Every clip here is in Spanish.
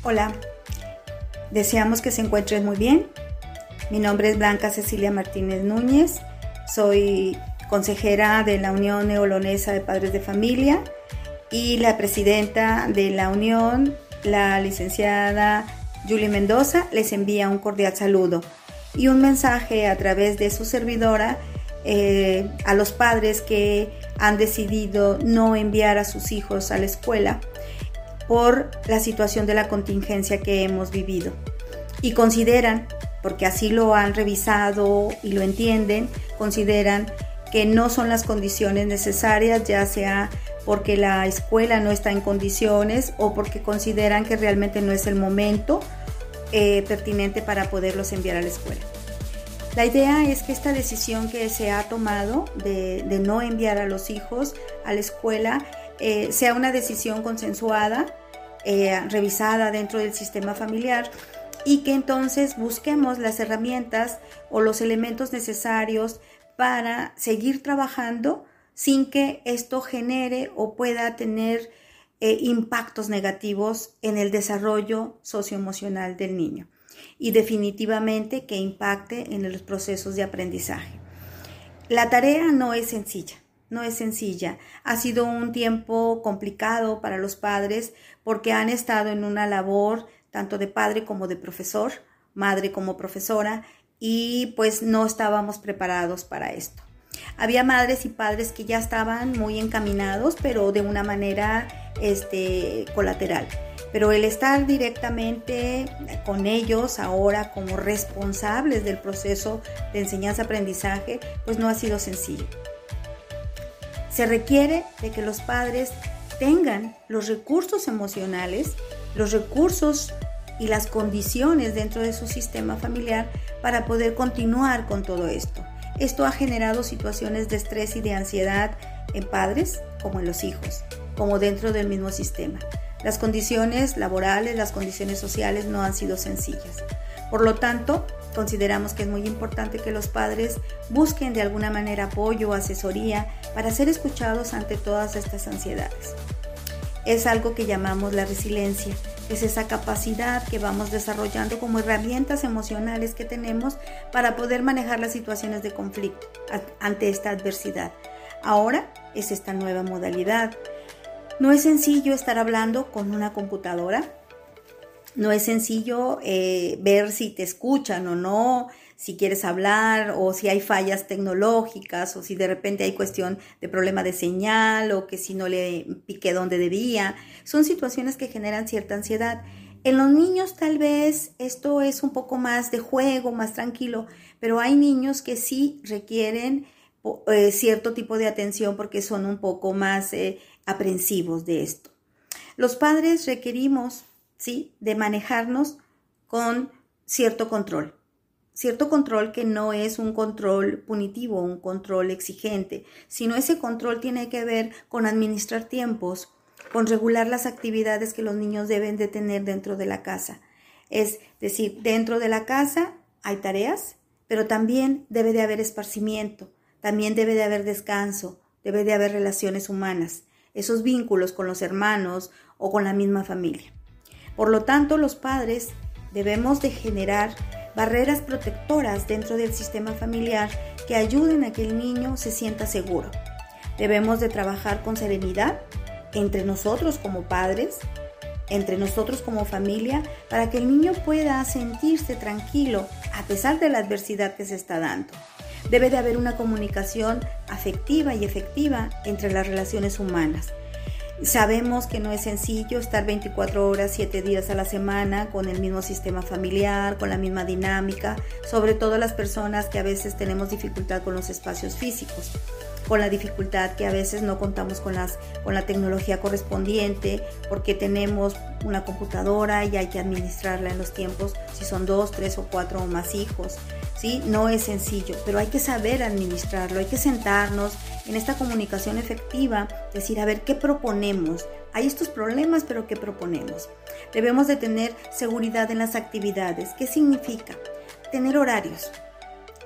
Hola, deseamos que se encuentren muy bien. Mi nombre es Blanca Cecilia Martínez Núñez, soy consejera de la Unión Neolonesa de Padres de Familia y la presidenta de la Unión, la licenciada Julie Mendoza, les envía un cordial saludo y un mensaje a través de su servidora a los padres que han decidido no enviar a sus hijos a la escuela por la situación de la contingencia que hemos vivido. Y consideran, porque así lo han revisado y lo entienden, consideran que no son las condiciones necesarias, ya sea porque la escuela no está en condiciones o porque consideran que realmente no es el momento pertinente para poderlos enviar a la escuela. La idea es que esta decisión que se ha tomado de no enviar a los hijos a la escuela sea una decisión consensuada, revisada dentro del sistema familiar y que entonces busquemos las herramientas o los elementos necesarios para seguir trabajando sin que esto genere o pueda tener impactos negativos en el desarrollo socioemocional del niño y definitivamente que impacte en los procesos de aprendizaje. La tarea no es sencilla. No es sencilla. Ha sido un tiempo complicado para los padres porque han estado en una labor tanto de padre como de profesor, madre como profesora, y pues no estábamos preparados para esto. Había madres y padres que ya estaban muy encaminados, pero de una manera colateral. Pero el estar directamente con ellos ahora como responsables del proceso de enseñanza-aprendizaje, pues no ha sido sencillo. Se requiere de que los padres tengan los recursos emocionales, los recursos y las condiciones dentro de su sistema familiar para poder continuar con todo esto. Esto ha generado situaciones de estrés y de ansiedad en padres como en los hijos, como dentro del mismo sistema. Las condiciones laborales, las condiciones sociales no han sido sencillas. Por lo tanto, consideramos que es muy importante que los padres busquen de alguna manera apoyo o asesoría para ser escuchados ante todas estas ansiedades. Es algo que llamamos la resiliencia, es esa capacidad que vamos desarrollando como herramientas emocionales que tenemos para poder manejar las situaciones de conflicto ante esta adversidad. Ahora es esta nueva modalidad. No es sencillo estar hablando con una computadora. No es sencillo ver si te escuchan o no, si quieres hablar o si hay fallas tecnológicas o si de repente hay cuestión de problema de señal o que si no le piqué donde debía. Son situaciones que generan cierta ansiedad. En los niños tal vez esto es un poco más de juego, más tranquilo, pero hay niños que sí requieren cierto tipo de atención porque son un poco más aprensivos de esto. Los padres requerimos de manejarnos con cierto control que no es un control punitivo, un control exigente, sino ese control tiene que ver con administrar tiempos, con regular las actividades que los niños deben de tener dentro de la casa. Es decir, dentro de la casa hay tareas, pero también debe de haber esparcimiento, también debe de haber descanso, debe de haber relaciones humanas, esos vínculos con los hermanos o con la misma familia. Por lo tanto, los padres debemos de generar barreras protectoras dentro del sistema familiar que ayuden a que el niño se sienta seguro. Debemos de trabajar con serenidad entre nosotros como padres, entre nosotros como familia, para que el niño pueda sentirse tranquilo a pesar de la adversidad que se está dando. Debe de haber una comunicación afectiva y efectiva entre las relaciones humanas. Sabemos que no es sencillo estar 24 horas, 7 días a la semana con el mismo sistema familiar, con la misma dinámica, sobre todo las personas que a veces tenemos dificultad con los espacios físicos, con la dificultad que a veces no contamos con la tecnología correspondiente porque tenemos una computadora y hay que administrarla en los tiempos, si son 2, 3 o 4 o más hijos. ¿Sí? No es sencillo, pero hay que saber administrarlo, hay que sentarnos en esta comunicación efectiva, decir, a ver, ¿qué proponemos? Hay estos problemas, pero ¿qué proponemos? Debemos de tener seguridad en las actividades. ¿Qué significa? Tener horarios.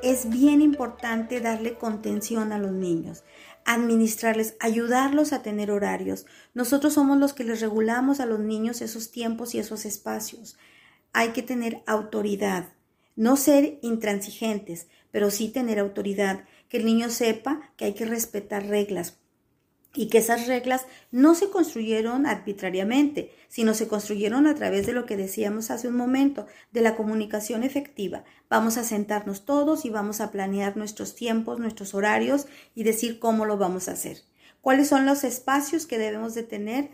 es bien importante darle contención a los niños, administrarles, ayudarlos a tener horarios. Nosotros somos los que les regulamos a los niños esos tiempos y esos espacios. Hay que tener autoridad, no ser intransigentes, pero sí tener autoridad, que el niño sepa que hay que respetar reglas y que esas reglas no se construyeron arbitrariamente, sino se construyeron a través de lo que decíamos hace un momento, de la comunicación efectiva. Vamos a sentarnos todos y vamos a planear nuestros tiempos, nuestros horarios y decir cómo lo vamos a hacer. ¿Cuáles son los espacios que debemos de tener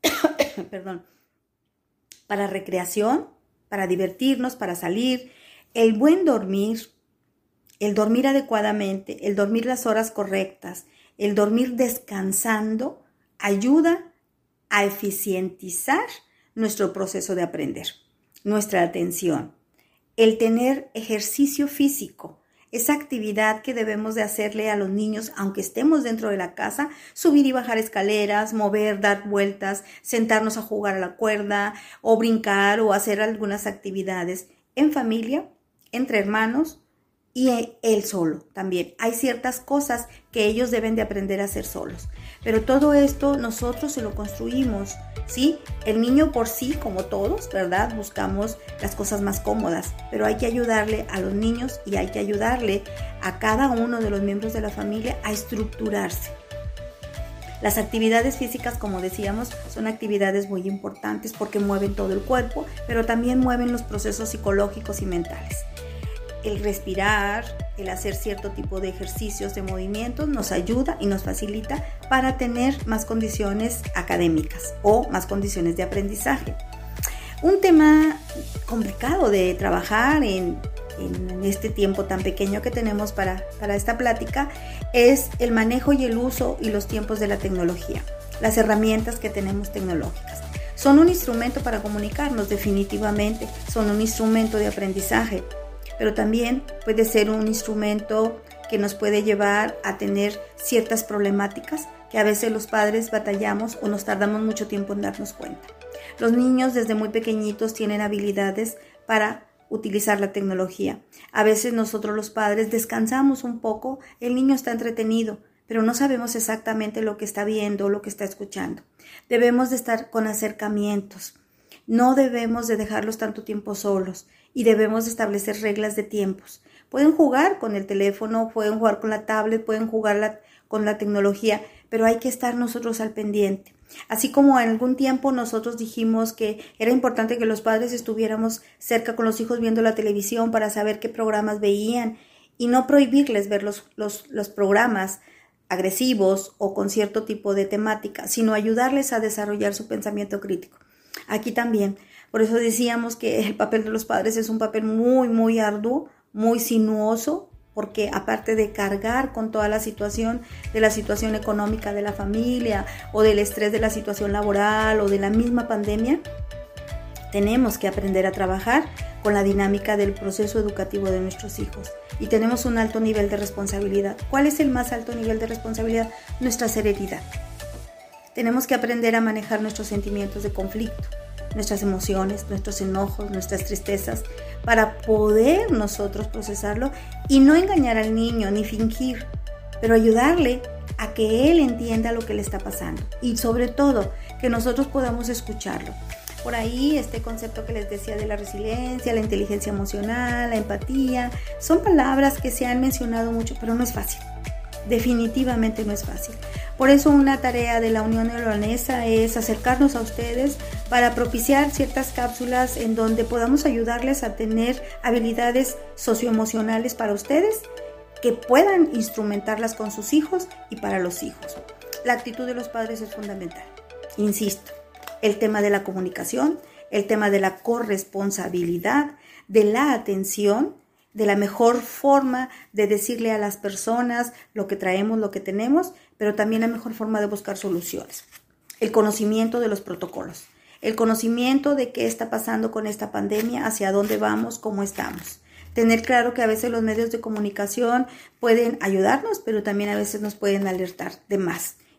para recreación, para divertirnos, para salir? El buen dormir, el dormir adecuadamente, el dormir las horas correctas, el dormir descansando ayuda a eficientizar nuestro proceso de aprender, nuestra atención. El tener ejercicio físico, esa actividad que debemos de hacerle a los niños, aunque estemos dentro de la casa, subir y bajar escaleras, mover, dar vueltas, sentarnos a jugar a la cuerda o brincar o hacer algunas actividades en familia, entre hermanos, y él solo también. Hay ciertas cosas que ellos deben de aprender a hacer solos. Pero todo esto nosotros se lo construimos, ¿sí? El niño por sí, como todos, ¿verdad? Buscamos las cosas más cómodas. Pero hay que ayudarle a los niños y hay que ayudarle a cada uno de los miembros de la familia a estructurarse. Las actividades físicas, como decíamos, son actividades muy importantes porque mueven todo el cuerpo, pero también mueven los procesos psicológicos y mentales. El respirar, el hacer cierto tipo de ejercicios, de movimientos, nos ayuda y nos facilita para tener más condiciones académicas o más condiciones de aprendizaje. Un tema complicado de trabajar en este tiempo tan pequeño que tenemos para esta plática es el manejo y el uso y los tiempos de la tecnología, las herramientas que tenemos tecnológicas. Son un instrumento para comunicarnos, definitivamente, son un instrumento de aprendizaje, pero también puede ser un instrumento que nos puede llevar a tener ciertas problemáticas que a veces los padres batallamos o nos tardamos mucho tiempo en darnos cuenta. Los niños desde muy pequeñitos tienen habilidades para utilizar la tecnología. A veces nosotros los padres descansamos un poco, el niño está entretenido, pero no sabemos exactamente lo que está viendo o lo que está escuchando. Debemos de estar con acercamientos. No debemos de dejarlos tanto tiempo solos y debemos de establecer reglas de tiempos. Pueden jugar con el teléfono, pueden jugar con la tablet, pueden jugar con la tecnología, pero hay que estar nosotros al pendiente. Así como en algún tiempo nosotros dijimos que era importante que los padres estuviéramos cerca con los hijos viendo la televisión para saber qué programas veían y no prohibirles ver los programas agresivos o con cierto tipo de temática, sino ayudarles a desarrollar su pensamiento crítico. Aquí también, por eso decíamos que el papel de los padres es un papel muy, muy arduo, muy sinuoso, porque aparte de cargar con toda la situación de la situación económica de la familia o del estrés de la situación laboral o de la misma pandemia, tenemos que aprender a trabajar con la dinámica del proceso educativo de nuestros hijos y tenemos un alto nivel de responsabilidad. ¿Cuál es el más alto nivel de responsabilidad? Nuestra serenidad. Tenemos que aprender a manejar nuestros sentimientos de conflicto, nuestras emociones, nuestros enojos, nuestras tristezas, para poder nosotros procesarlo y no engañar al niño ni fingir, pero ayudarle a que él entienda lo que le está pasando y sobre todo que nosotros podamos escucharlo. Por ahí este concepto que les decía de la resiliencia, la inteligencia emocional, la empatía, son palabras que se han mencionado mucho, pero no es fácil. Definitivamente no es fácil. Por eso una tarea de la Unión Neolonesa es acercarnos a ustedes para propiciar ciertas cápsulas en donde podamos ayudarles a tener habilidades socioemocionales para ustedes que puedan instrumentarlas con sus hijos y para los hijos. La actitud de los padres es fundamental. Insisto, el tema de la comunicación, el tema de la corresponsabilidad, de la atención, de la mejor forma de decirle a las personas lo que traemos, lo que tenemos, pero también la mejor forma de buscar soluciones. El conocimiento de los protocolos, el conocimiento de qué está pasando con esta pandemia, hacia dónde vamos, cómo estamos. Tener claro que a veces los medios de comunicación pueden ayudarnos, pero también a veces nos pueden alertar de más.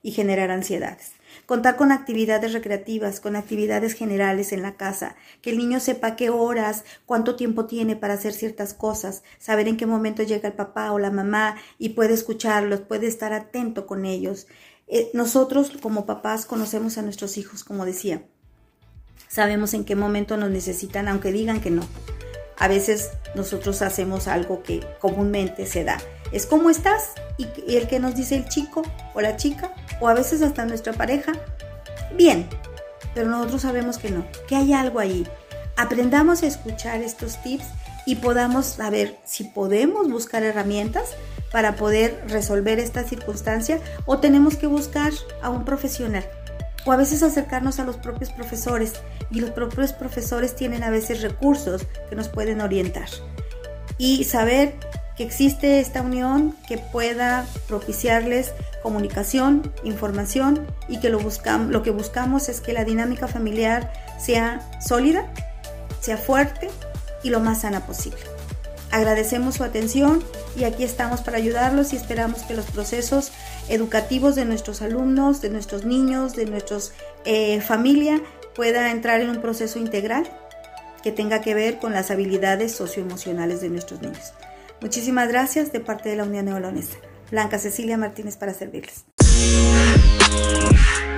y generar ansiedades. Contar con actividades recreativas, con actividades generales en la casa, que el niño sepa qué horas, cuánto tiempo tiene para hacer ciertas cosas, saber en qué momento llega el papá o la mamá y puede escucharlos, puede estar atento con ellos. Nosotros como papás conocemos a nuestros hijos, como decía. Sabemos en qué momento nos necesitan, aunque digan que no. A veces nosotros hacemos algo que comúnmente se da. Es ¿cómo estás? Y el que nos dice el chico o la chica, o a veces hasta nuestra pareja, bien, pero nosotros sabemos que no, que hay algo ahí. Aprendamos a escuchar estos tips y podamos saber si podemos buscar herramientas para poder resolver esta circunstancia o tenemos que buscar a un profesional. O a veces acercarnos a los propios profesores, y los propios profesores tienen a veces recursos que nos pueden orientar. Y saber que existe esta unión que pueda propiciarles comunicación, información, y que lo que buscamos es que la dinámica familiar sea sólida, sea fuerte y lo más sana posible. Agradecemos su atención y aquí estamos para ayudarlos y esperamos que los procesos educativos de nuestros alumnos, de nuestros niños, de nuestra familia pueda entrar en un proceso integral que tenga que ver con las habilidades socioemocionales de nuestros niños. Muchísimas gracias de parte de la Unión Neolonesa. Blanca Cecilia Martínez para servirles.